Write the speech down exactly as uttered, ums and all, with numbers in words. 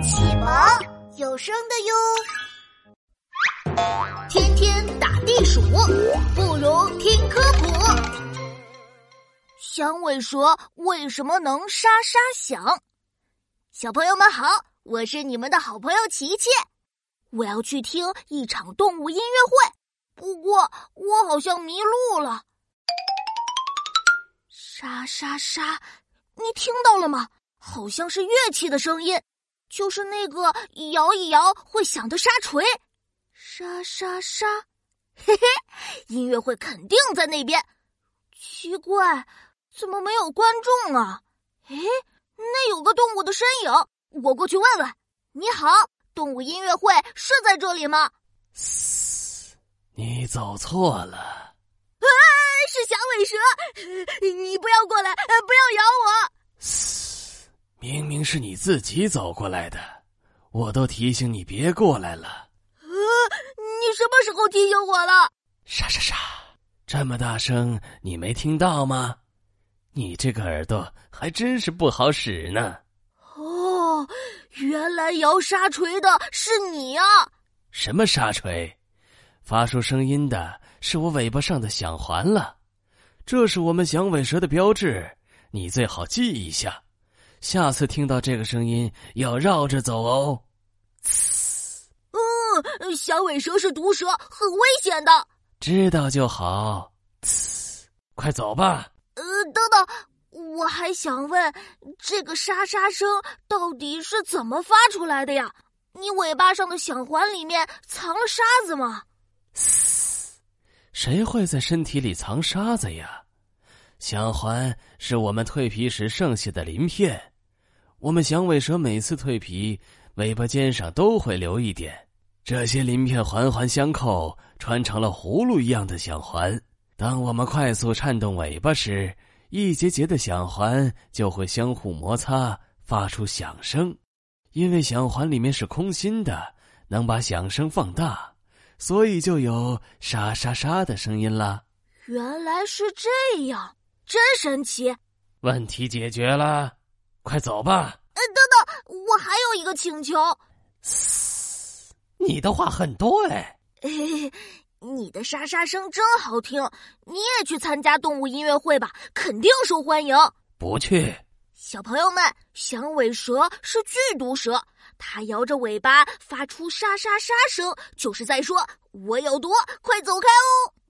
启蒙有声的哟。天天打地鼠，不如听科普。响尾蛇为什么能沙沙响？小朋友们好，我是你们的好朋友琪琪。我要去听一场动物音乐会，不过我好像迷路了。沙沙沙，你听到了吗？好像是乐器的声音，就是那个摇一摇会响的沙锤。沙沙沙，嘿嘿，音乐会肯定在那边。奇怪，怎么没有观众啊？诶，那有个动物的身影，我过去问问。你好，动物音乐会是在这里吗？ 嘶，你走错了。 啊，是响尾蛇，你不要过来，不要咬我。 嘶，明明是你自己走过来的，我都提醒你别过来了。 啊，你什么时候提醒我了？ 沙沙沙，这么大声你没听到吗？你这个耳朵还真是不好使呢。 哦，原来摇沙锤的是你啊！ 什么沙锤？发出声音的是我尾巴上的响环了，这是我们响尾蛇的标志，你最好记一下，下次听到这个声音要绕着走哦。 嗯，响尾蛇是毒蛇，很危险的。 知道就好。呲，快走吧。 呃，等等，我还想问，这个沙沙声到底是怎么发出来的呀？你尾巴上的响环里面藏了沙子吗？ 嘶，谁会在身体里藏沙子呀？响环是我们蜕皮时剩下的鳞片，我们响尾蛇每次蜕皮，尾巴尖上都会留一点，这些鳞片环环相扣，穿成了葫芦一样的响环。当我们快速颤动尾巴时，一节节的响环就会相互摩擦，发出响声。因为响环里面是空心的，能把响声放大，所以就有沙沙沙的声音啦。 原来是这样，真神奇。 问题解决了，快走吧。 呃，等等，我还有一个请求。 嘶，你的话很多哎。 嘿嘿，你的沙沙声真好听，你也去参加动物音乐会吧，肯定受欢迎。 不去。 小朋友们，响尾蛇是剧毒蛇，它摇着尾巴发出沙沙沙声，就是在说我有毒，快走开哦。